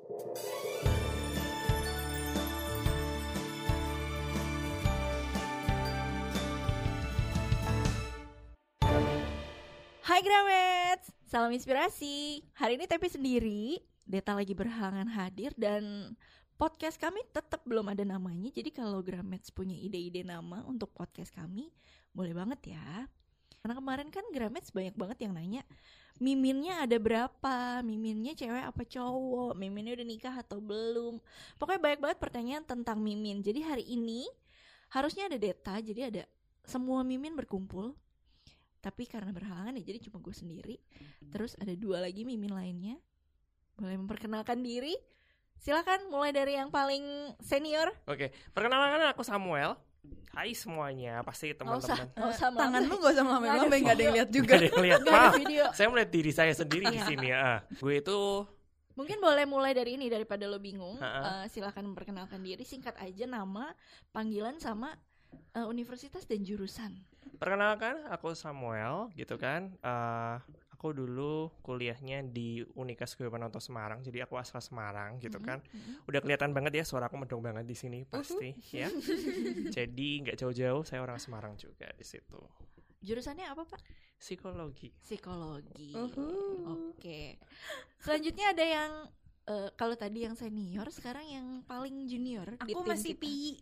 Hai Gramets, salam inspirasi. Hari ini Tepi sendiri, Deta lagi berhalangan hadir dan podcast kami tetap belum ada namanya. Jadi kalau Gramets punya ide-ide nama untuk podcast kami, boleh banget ya. Karena kemarin kan Gramets banyak banget yang nanya, miminnya ada berapa, miminnya cewek apa cowok, miminnya udah nikah atau belum. Pokoknya banyak banget pertanyaan tentang mimin. Jadi hari ini harusnya ada Deta, jadi ada semua mimin berkumpul. Tapi karena berhalangan ya jadi cuma gue sendiri. Terus ada 2 lagi mimin lainnya. Boleh memperkenalkan diri? Silakan mulai dari yang paling senior. Oke, perkenalkan aku Samuel. Hai semuanya, pasti teman-teman. Tangan lu gak usah melambai-lambai, gak ada yang lihat juga. Gak ada yang lihat, Gak ada Pak. video. Saya melihat diri saya sendiri di sini ya. Gue itu Mungkin boleh mulai dari ini daripada lo bingung. Silakan memperkenalkan diri, singkat aja nama, panggilan sama universitas dan jurusan. perkenalkan aku Samuel gitu kan. Aku dulu kuliahnya di Unikas Guyupanonto Semarang, jadi aku asal Semarang gitu kan. Udah kelihatan banget ya suara aku mendong banget di sini pasti ya. Jadi nggak jauh-jauh, saya orang Semarang juga di situ. Jurusannya apa Pak? Psikologi. Psikologi. Oke. Selanjutnya ada yang kalau tadi yang senior, sekarang yang paling junior. di Aku tim masih kita. Pi.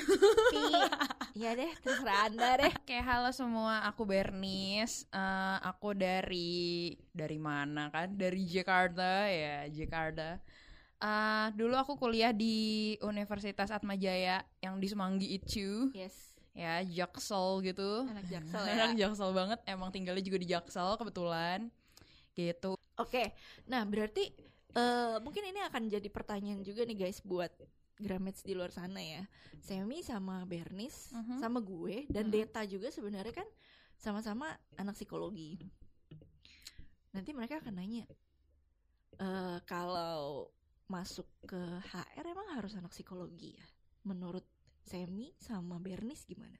Ya deh, terserah Anda deh. Oke, halo semua, aku Bernice. Aku dari mana kan? Dari Jakarta ya, Jakarta. Dulu aku kuliah di Universitas Atmajaya yang di Semanggi itu. Yes. Ya, Jaksel gitu. Anak Jaksel ya. Anak Jaksel banget, emang tinggalnya juga di Jaksel kebetulan. Gitu. Oke. Nah, berarti mungkin ini akan jadi pertanyaan juga nih guys buat Gramets di luar sana ya. Semi sama Bernice sama gue dan Deta juga sebenarnya kan sama-sama anak psikologi. Nanti mereka akan nanya, kalau masuk ke HR emang harus anak psikologi ya? Menurut Semi sama Bernice gimana?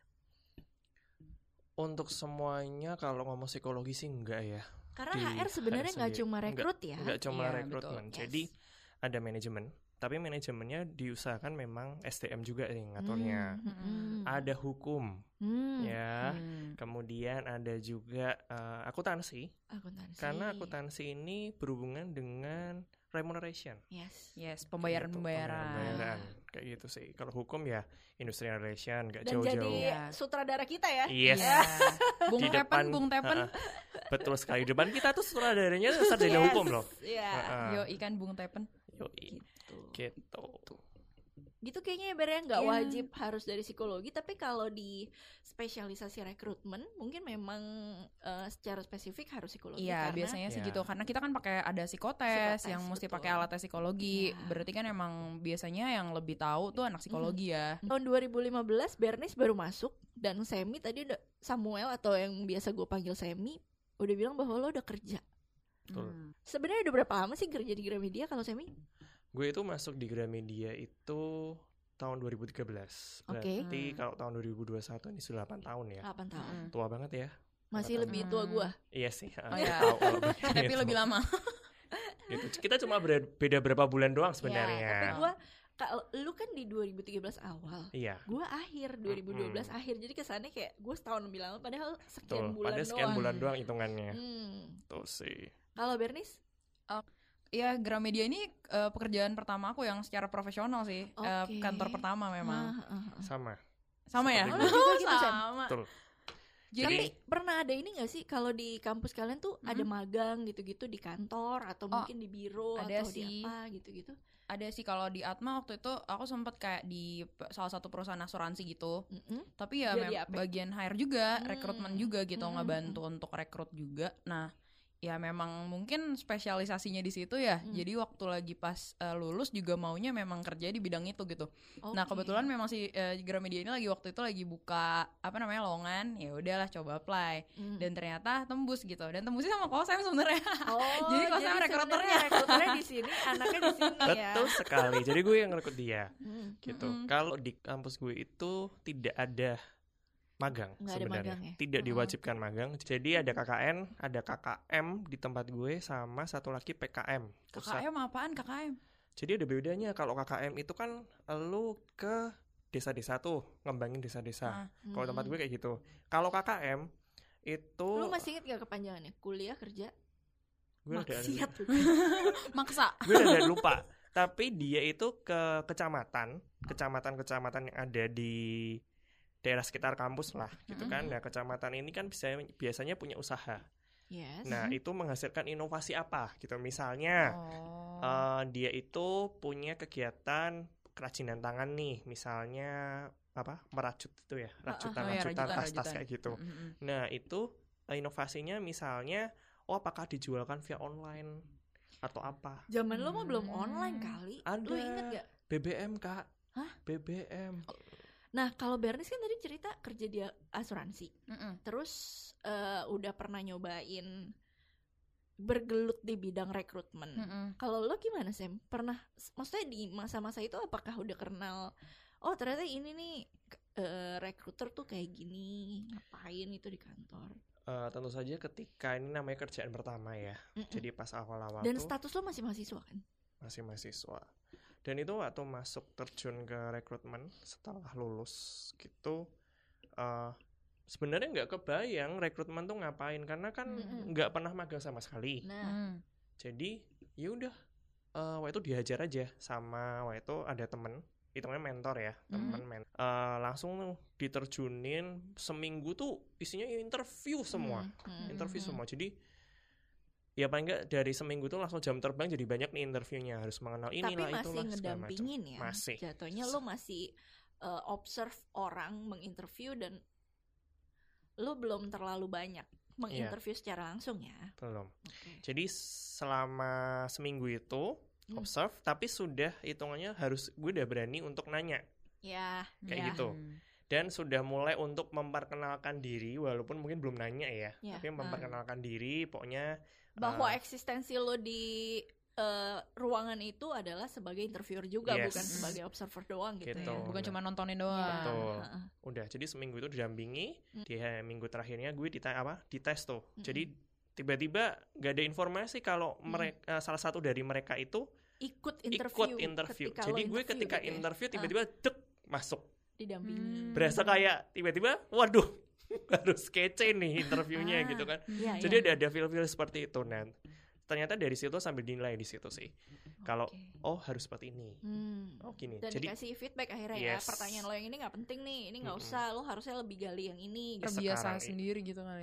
Untuk semuanya kalau ngomong psikologi sih enggak ya. Karena Di HR sebenarnya nggak sendiri. cuma rekrut ya. Enggak cuma Iya, rekrutmen. betul. Jadi Yes. ada manajemen, tapi manajemennya diusahakan memang SDM juga yang ngaturnya. Ada hukum ya. Kemudian ada juga akuntansi. Akuntansi. Karena akuntansi ini berhubungan dengan remuneration. Yes. Yes, Gitu, pembayaran. Kayak gitu sih. Kalau hukum ya industrial relation, gak Dan jauh-jauh. jadi Iya. sutradara kita ya. Yes. Iya. Bung Di Tepen, Bung Tepen. Betul sekali. Di depan kita tuh sutradaranya sarjana hukum loh. Iya. Yo, ikan Bung Tepen. Yoi. Gitu. Gitu kayaknya ibaratnya nggak Iya. wajib harus dari psikologi, tapi kalau di spesialisasi rekrutmen mungkin memang secara spesifik harus psikologi. Iya, karena biasanya sih Ya. gitu. Karena kita kan pakai ada psikotes yang mesti betul. pakai alat tes psikologi. Iya. Berarti kan emang biasanya yang lebih tahu tuh anak psikologi ya. tahun 2015 Bernice baru masuk dan Semi tadi udah Samuel atau yang biasa gue panggil Semi udah bilang bahwa lo udah kerja. Betul. Sebenarnya udah berapa lama sih kerja di Gramedia kalau Semi? Gue itu masuk di Gramedia itu tahun 2013. Oke. Berarti kalau tahun 2021 ini sudah 8 tahun ya. 8 tahun. Tua banget ya. Masih 8 lebih tahun. tua gue. Iya sih. Oh ya. Tahu kalau begitu. Tapi lebih lama. Gitu. Kita cuma beda berapa bulan doang Ya, sebenarnya. tapi gue kalau lu kan di 2013 awal. Iya. Gue akhir 2012 akhir, jadi kesannya kayak gue setahun lebih lama padahal Betul. sekian bulan Pada sekian doang. bulan doang hitungannya. Hmm. Tuh sih. Kalau Bernice? Ya, Gramedia ini pekerjaan pertama aku yang secara profesional sih. Oke. Kantor pertama memang. Sama. Sama ya? Seperti gue. Oh, gitu, Sam. sama. Betul. Jadi Tapi pernah ada ini gak sih kalau di kampus kalian tuh ada magang gitu-gitu di kantor atau mungkin di biro ada atau di sih. apa gitu-gitu? ada sih kalau di Atma waktu itu aku sempet kayak di salah satu perusahaan asuransi gitu. Tapi ya Jadi apa? bagian hire juga, rekrutmen juga gitu, ngebantu untuk rekrut juga. Nah, ya memang mungkin spesialisasinya di situ ya. Jadi waktu lagi pas lulus juga maunya memang kerja di bidang itu gitu. Nah, kebetulan memang si Gramedia ini lagi waktu itu lagi buka lowongan. Ya udahlah coba apply. Dan ternyata tembus gitu. Dan tembusnya sama Kosem sebenarnya. Jadi Kosem rekruternya di sini, anaknya di sini ya. Betul sekali. Jadi gue yang ngerekrut dia. Gitu. Kalau di kampus gue itu tidak ada magang sebenarnya, tidak diwajibkan magang. Jadi ada KKN, ada KKM di tempat gue sama satu lagi PKM. KKM apaan KKM? Jadi ada bedanya kalau KKM itu kan lu ke desa-desa tuh, ngembangin desa-desa. Kalau tempat gue kayak gitu. Kalau KKM itu Lu masih inget gak kepanjangannya? Kuliah, kerja, gue maksiat. Maksa. gue udah lupa. Tapi dia itu ke kecamatan yang ada di daerah sekitar kampus lah, gitu kan. Nah, kecamatan ini kan biasanya punya usaha. Yes. Nah, itu menghasilkan inovasi apa gitu. Misalnya dia itu punya kegiatan kerajinan tangan nih, misalnya apa? Merajut itu ya, rajutan tas-tas kayak gitu. Nah, itu inovasinya misalnya apakah dijualkan via online atau apa? Zaman lo mah belum online kali. Ada. Lu inget gak? BBM, Kak. Hah? BBM. Nah, kalau Bernice kan tadi cerita kerja di asuransi. Terus udah pernah nyobain bergelut di bidang rekrutmen. Kalau lo gimana, Sam? Pernah, maksudnya di masa-masa itu apakah udah kenal, oh ternyata ini nih rekruter tuh kayak gini, ngapain itu di kantor? Tentu saja ketika ini namanya kerjaan pertama ya. Jadi pas awal-awal dan tuh status lo masih mahasiswa kan? Masih mahasiswa. Dan itu waktu masuk terjun ke rekrutmen setelah lulus gitu, sebenarnya nggak kebayang rekrutmen tuh ngapain karena kan nggak pernah magang sama sekali. Jadi ya udah waktu itu dihajar aja sama waktu itu ada temen, hitungannya mentor ya, langsung diterjunin seminggu tuh isinya interview semua, Jadi ya paling nggak dari seminggu tuh langsung jam terbang jadi banyak nih interviewnya, harus mengenal inilah itulah segala macam. Tapi masih ngedampingin ya? Masih. Jatuhnya lo masih observe orang, menginterview, dan lo belum terlalu banyak menginterview secara langsung ya? Belum. Jadi selama seminggu itu observe, tapi sudah hitungannya harus gue udah berani untuk nanya. Kayak gitu. Dan sudah mulai untuk memperkenalkan diri, walaupun mungkin belum nanya ya, tapi memperkenalkan diri, pokoknya bahwa eksistensi lo di ruangan itu adalah sebagai interviewer juga, bukan sebagai observer doang gitu ya. Bukan cuma nontonin doang. Betul. Udah, jadi seminggu itu didampingi, di minggu terakhirnya gue dites tuh. Jadi tiba-tiba gak ada informasi kalau mereka salah satu dari mereka itu ikut interview. Jadi gue ketika gitu interview tiba-tiba masuk. Didampingi. Berasa kayak tiba-tiba waduh harus kece nih interviewnya gitu kan. Jadi ada feel-feel seperti itu. Nah, ternyata dari situ sambil dinilai di situ sih. Kalau harus seperti ini. Gini. Dan jadi dikasih feedback akhirnya ya. Pertanyaan lo yang ini nggak penting nih, ini nggak usah, lo harusnya lebih gali yang ini. Kebiasaan sendiri gitu kan ya.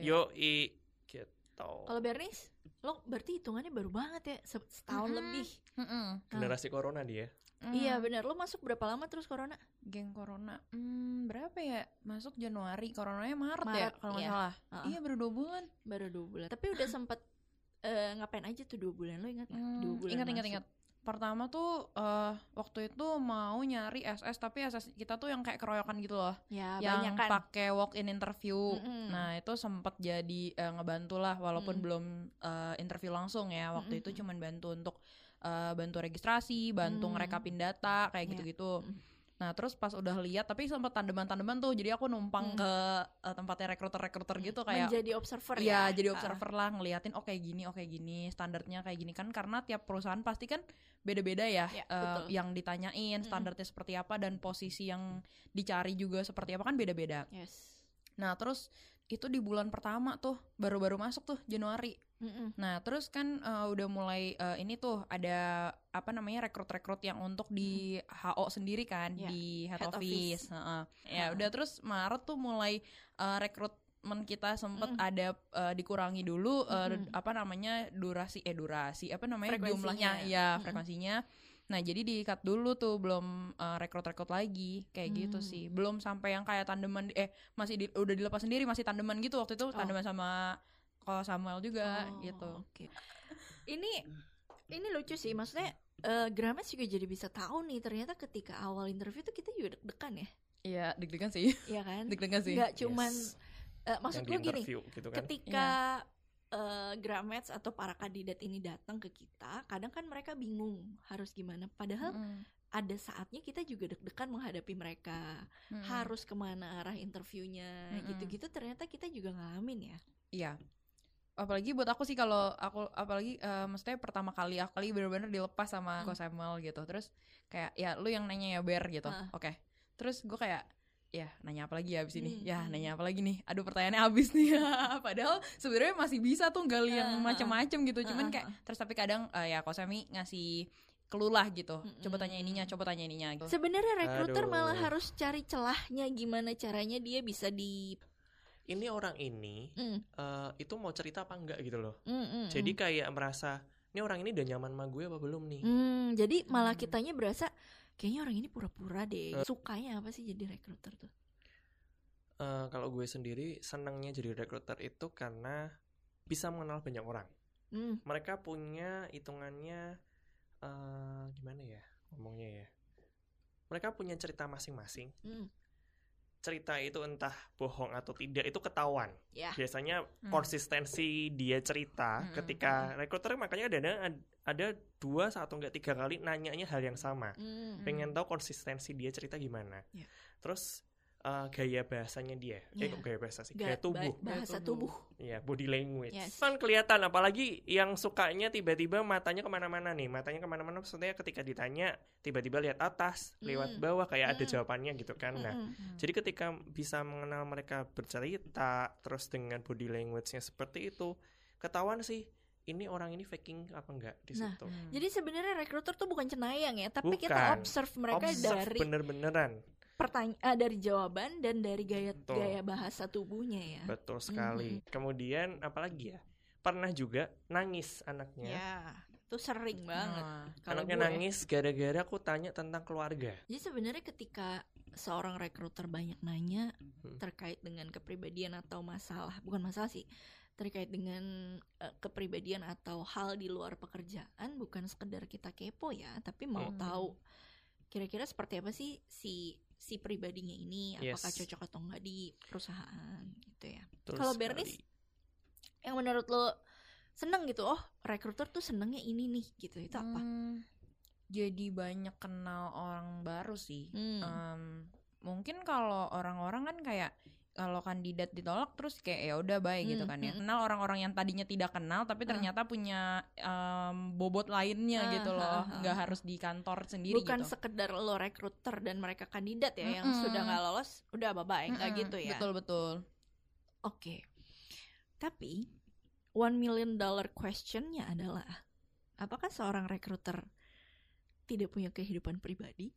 Gitu. Kalau Bernice, lo berarti hitungannya baru banget ya, setahun lebih. Generasi corona dia. Iya benar. Lo masuk berapa lama terus corona? Geng corona berapa ya? Masuk Januari, coronanya Maret ya kalau nggak salah. Iya baru 2 bulan. Baru 2 bulan. Tapi udah sempet ngapain aja tuh 2 bulan? Lo ingat nggak? 2 bulan Ingat. Pertama tuh waktu itu mau nyari SS, tapi SS kita tuh yang kayak keroyokan gitu loh. Ya, yang pakai walk-in interview. Nah itu sempet jadi ngebantu lah, walaupun belum interview langsung ya. Waktu itu cuman bantu untuk bantu registrasi, bantu ngerekapin data kayak gitu-gitu. Nah terus pas udah lihat, tapi sempet tandeman tuh, jadi aku numpang ke tempatnya rekruter gitu kayak menjadi observer ya. Iya jadi observer lah, ngeliatin kayak gini, standarnya kayak gini kan, karena tiap perusahaan pasti kan beda-beda ya, yang ditanyain standarnya seperti apa dan posisi yang dicari juga seperti apa kan beda-beda. Nah terus itu di bulan pertama tuh baru masuk tuh Januari. Nah terus kan udah mulai ini tuh ada apa namanya rekrut yang untuk di HO sendiri kan, di head office. Ya udah terus Maret tuh mulai rekrutmen kita sempet ada dikurangi dulu apa namanya durasi apa namanya jumlahnya ya frekuensinya. Nah jadi di-cut dulu tuh, belum rekrut lagi kayak gitu sih. Belum sampai yang kayak tandeman udah dilepas sendiri, masih tandeman gitu waktu itu. Tandeman sama Samuel juga gitu. Ini lucu sih, maksudnya Gramet juga jadi bisa tahu nih ternyata ketika awal interview tuh kita juga deg-degan ya. Iya deg-degan sih. Iya kan? Deg-degan sih. Gak cuman maksud gue gini, gitu kan? ketika Gramets atau para kandidat ini datang ke kita, kadang kan mereka bingung harus gimana. Padahal ada saatnya kita juga deg-degan menghadapi mereka, harus kemana arah interviewnya, gitu-gitu. Ternyata kita juga ngalamin ya. Iya. apalagi buat aku sih kalau aku apalagi maksudnya pertama kali benar-benar dilepas sama Ko Samuel gitu. Terus kayak ya lu yang nanya ya Ber gitu. Oke. Terus gue kayak ya nanya apa lagi ya abis ini? Ya nanya apa lagi nih? Aduh pertanyaannya habis nih. Padahal sebenarnya masih bisa tuh gali yang macam-macam gitu. Cuman kayak terus tapi kadang ya Ko Sami ngasih clue lah gitu. Coba tanya ininya gitu. Sebenarnya rekruter malah harus cari celahnya gimana caranya dia bisa ini orang ini itu mau cerita apa enggak gitu loh. Jadi kayak merasa ini orang ini udah nyaman sama gue apa belum nih. Jadi malah kitanya berasa kayaknya orang ini pura-pura deh. Sukanya apa sih jadi rekruter tuh? Kalau gue sendiri senangnya jadi rekruter itu karena bisa mengenal banyak orang. Mereka punya hitungannya gimana ya ngomongnya ya. Mereka punya cerita masing-masing. Cerita itu entah bohong atau tidak itu ketahuan. Biasanya konsistensi dia cerita ketika rekruter makanya ada 2 atau enggak 3 kali nanyanya hal yang sama. Pengen tahu konsistensi dia cerita gimana. Terus gaya bahasanya dia. Kok gaya bahasa sih? Gaya tubuh. Bahasa tubuh. Iya, body language. Kan kelihatan apalagi yang sukanya tiba-tiba matanya kemana-mana nih. Matanya kemana-mana maksudnya ketika ditanya tiba-tiba lihat atas, lewat bawah kayak ada jawabannya gitu kan. Nah, jadi ketika bisa mengenal mereka bercerita terus dengan body language-nya seperti itu, ketahuan sih ini orang ini faking apa enggak di situ. Jadi sebenarnya rekruter tuh bukan cenayang ya, tapi kita observe mereka dari bener-beneran dari jawaban dan dari gaya bahasa tubuhnya ya. Betul sekali. Kemudian apalagi ya? Pernah juga nangis anaknya. Ya, itu sering banget. Anaknya nangis gara-gara aku tanya tentang keluarga. Jadi sebenarnya ketika seorang rekruter banyak nanya terkait dengan kepribadian atau bukan masalah sih, terkait dengan kepribadian atau hal di luar pekerjaan, bukan sekedar kita kepo ya, tapi mau tahu kira-kira seperti apa sih si pribadinya ini, apakah cocok atau enggak di perusahaan gitu ya. Kalau Bernice, yang menurut lo seneng gitu, rekruter tuh senengnya ini nih gitu, itu apa? Jadi banyak kenal orang baru sih. Mungkin kalau orang-orang kan kayak kalau kandidat ditolak terus kayak ya udah bye gitu kan ya. Kenal orang-orang yang tadinya tidak kenal tapi ternyata punya bobot lainnya gitu loh. Nggak harus di kantor sendiri. Bukan gitu. sekedar lo rekruter dan mereka kandidat ya yang sudah nggak lolos udah bye-bye, nggak gitu ya. Betul. Oke. Tapi $1 million question-nya adalah apakah seorang rekruter tidak punya kehidupan pribadi?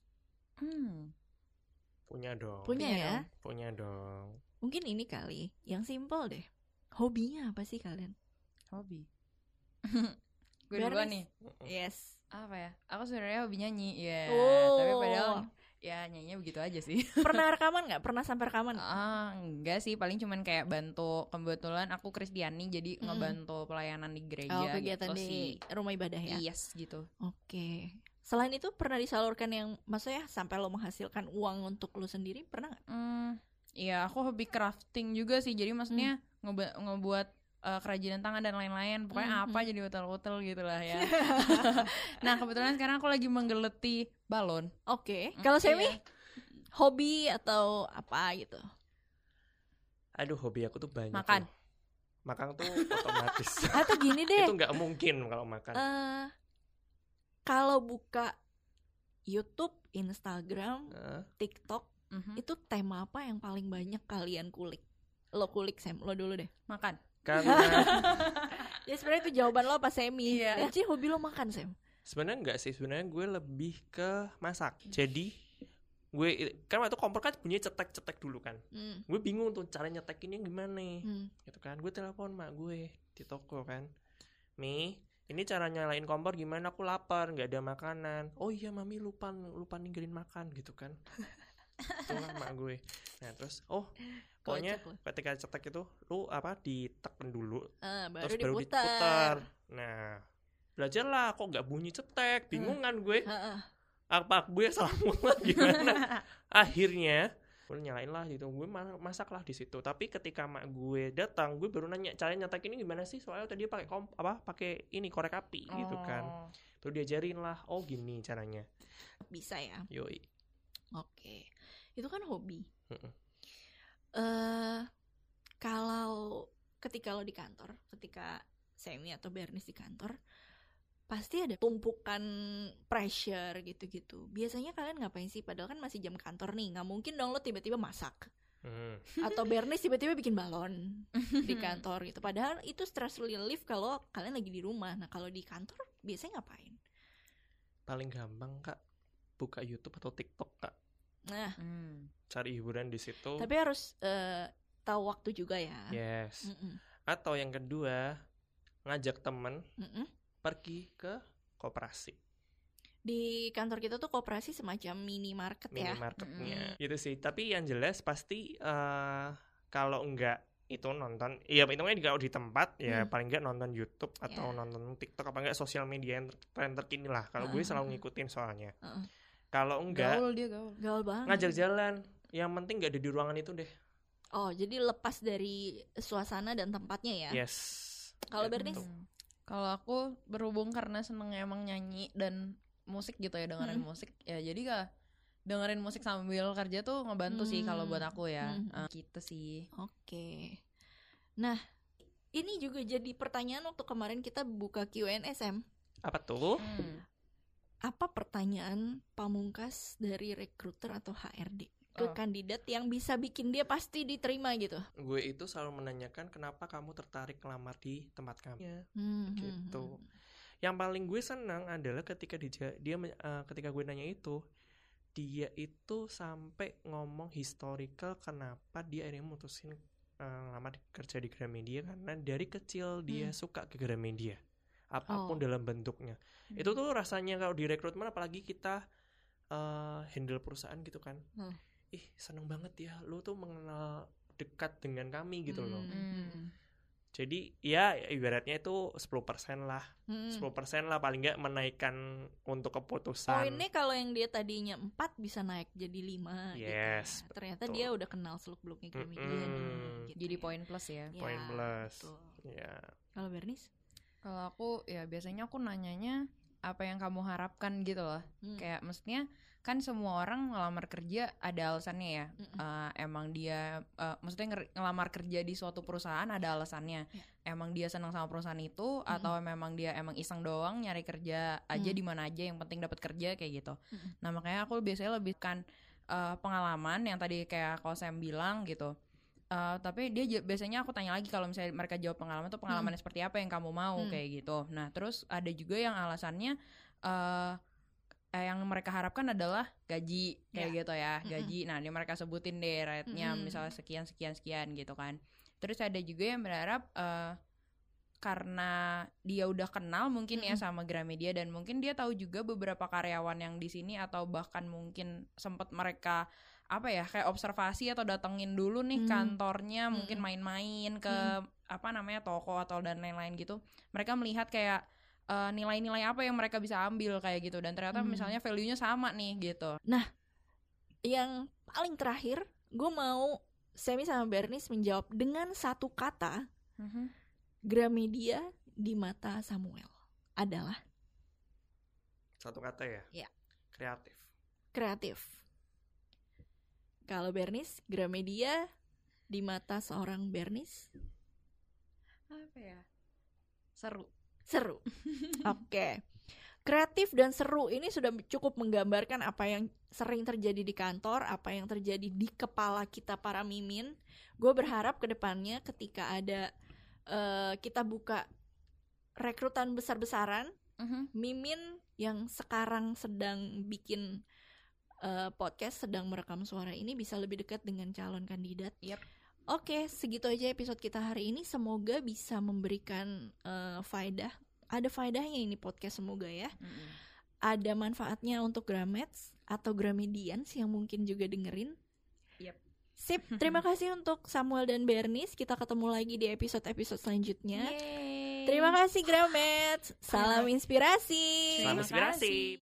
Punya dong. Punya dong. Mungkin ini kali, yang simple deh. Hobinya apa sih kalian? Hobi. Gue duluan nih. Yes. Apa ya? Aku sebenarnya hobi nyanyi. Tapi padahal ya nyanyinya begitu aja sih. Pernah rekaman nggak? Pernah sampai rekaman? Enggak sih, paling cuman kayak bantu. Kebetulan aku Kristiani jadi ngebantu pelayanan di gereja. Kegiatan gitu di rumah ibadah ya? Yes gitu. Oke. Selain itu pernah disalurkan yang maksudnya sampai lo menghasilkan uang untuk lo sendiri, pernah nggak? Iya, aku hobi crafting juga sih. Jadi maksudnya ngebuat kerajinan tangan dan lain-lain. Pokoknya apa jadi hotel-hotel gitu lah ya. Nah kebetulan sekarang aku lagi menggeleti balon. Oke. Kalau Semi, hobi atau apa gitu? Aduh, hobi aku tuh banyak. Makan tuh otomatis. Atau gini deh. Itu nggak mungkin kalau makan. Kalau buka YouTube, Instagram, TikTok, itu tema apa yang paling banyak kalian kulik? Lo kulik, Sam, lo dulu deh. Makan. Karena ya sebenarnya itu jawaban lo apa Semi? Jadi hobi lo makan, Sam? Sebenarnya enggak sih, sebenarnya gue lebih ke masak. Jadi gue kan waktu kompor kan bunyinya cetek dulu kan. Gue bingung tuh cara nyetekinnya gimana gitu kan. Gue telepon mak gue di toko kan, Mi, ini cara nyalain kompor gimana, aku lapar nggak ada makanan. Oh iya mami lupa ninggalin makan gitu kan. Itulah mak gue. Nah terus pokoknya ketika cetek itu lu ditekan dulu baru terus baru diputar. Nah belajarlah kok nggak bunyi cetek, bingung kan gue. Apa gue salah mulut gimana? Akhirnya gue nyalain lah gitu, gue masak lah di situ. Tapi ketika mak gue datang, gue baru nanya cara nyetek ini gimana sih, soalnya tadi pakai pakai ini korek api gitu kan. Terus diajarin lah, oh gini caranya. Bisa ya. Yoi. Oke. Itu kan hobi. Kalau ketika lo di kantor, ketika Semi atau Bernice di kantor, pasti ada tumpukan pressure gitu-gitu. Biasanya kalian ngapain sih? Padahal kan masih jam kantor nih, nggak mungkin dong lo tiba-tiba masak. Atau Bernice tiba-tiba bikin balon di kantor gitu. Padahal itu stress relief kalau kalian lagi di rumah. Nah kalau di kantor biasanya ngapain? Paling gampang Kak, buka YouTube atau TikTok Kak. Nah, cari hiburan di situ. tapi harus tahu waktu juga ya. Yes. Atau yang kedua, ngajak temen pergi ke koperasi. Di kantor kita tuh koperasi semacam minimarket ya. Minimarketnya gitu sih. Tapi yang jelas pasti kalau enggak itu nonton, ya hitungnya kalau di tempat ya paling enggak nonton YouTube atau nonton TikTok apa enggak sosial media yang tren terkini lah. Kalau gue selalu ngikutin soalnya. Kalau enggak, gaul banget. ngajak jalan. Yang penting enggak ada di ruangan itu deh. Oh, jadi lepas dari suasana dan tempatnya ya. Yes. Kalau Bernice? Kalau aku berhubung karena seneng emang nyanyi dan musik gitu ya, dengerin musik ya, jadi kah dengerin musik sambil kerja tuh ngebantu sih kalau buat aku ya. Gitu sih. Oke. Nah, ini juga jadi pertanyaan waktu kemarin kita buka Q&A, Sam. Apa tuh? Apa pertanyaan pamungkas dari rekruter atau HRD ke kandidat yang bisa bikin dia pasti diterima gitu? Gue itu selalu menanyakan kenapa kamu tertarik ngelamar di tempat kami. Gitu. Yang paling gue senang adalah ketika ketika gue nanya itu, dia itu sampai ngomong historical kenapa dia akhirnya mutusin ngelamar kerja di Gramedia, karena dari kecil dia suka ke Gramedia. Apapun dalam bentuknya. Itu tuh rasanya kalau di rekrutmen, apalagi kita handle perusahaan gitu kan. Ih, seneng banget ya, lu tuh mengenal dekat dengan kami gitu loh. Jadi ya ibaratnya itu 10% lah. 10% lah paling nggak menaikkan untuk keputusan. Poinnya kalau yang dia tadinya 4 bisa naik jadi 5 yes, gitu. Ternyata dia udah kenal seluk-beluknya Gramedia nih. Gitu jadi ya. poin plus ya. Poin plus. Ya. Kalau Bernice? Kalau aku ya biasanya aku nanyanya apa yang kamu harapkan gitu loh. Kayak maksudnya kan semua orang ngelamar kerja ada alasannya ya. Emang dia maksudnya ngelamar kerja di suatu perusahaan ada alasannya. Emang dia senang sama perusahaan itu atau memang dia emang iseng doang nyari kerja aja di mana aja, yang penting dapat kerja kayak gitu. Nah, makanya aku biasanya lebih kan pengalaman yang tadi kayak kalau Sam bilang gitu. Tapi dia biasanya aku tanya lagi kalau misalnya mereka jawab pengalaman tuh pengalamannya seperti apa yang kamu mau kayak gitu. Nah, terus ada juga yang alasannya yang mereka harapkan adalah gaji kayak gitu ya, gaji. Nah, ini mereka sebutin deh rate-nya misalnya sekian gitu kan. Terus ada juga yang berharap karena dia udah kenal mungkin ya sama Gramedia, dan mungkin dia tahu juga beberapa karyawan yang di sini, atau bahkan mungkin sempat mereka apa ya kayak observasi atau datengin dulu nih kantornya, mungkin main-main ke apa namanya toko atau dan lain-lain gitu. Mereka melihat kayak nilai-nilai apa yang mereka bisa ambil kayak gitu, dan ternyata misalnya value-nya sama nih gitu. Nah, yang paling terakhir gue mau Semi sama Bernice menjawab dengan satu kata. Gramedia di mata Samuel adalah satu kata ya? Iya. Kreatif. Kalau Bernice, Gramedia di mata seorang Bernice apa ya? Seru. Oke. Kreatif dan seru ini sudah cukup menggambarkan apa yang sering terjadi di kantor, apa yang terjadi di kepala kita para mimin. Gue berharap kedepannya ketika ada kita buka rekrutan besar-besaran, mimin yang sekarang sedang bikin podcast, sedang merekam suara ini bisa lebih dekat dengan calon kandidat. Oke, segitu aja episode kita hari ini. Semoga bisa memberikan faedah. Ada faedahnya ini podcast, semoga ya. Ada manfaatnya untuk Gramets atau Gramedians yang mungkin juga dengerin. Sip, terima kasih untuk Samuel dan Bernice. Kita ketemu lagi di episode-episode selanjutnya. Terima kasih Gramets. Salam inspirasi. Salam inspirasi.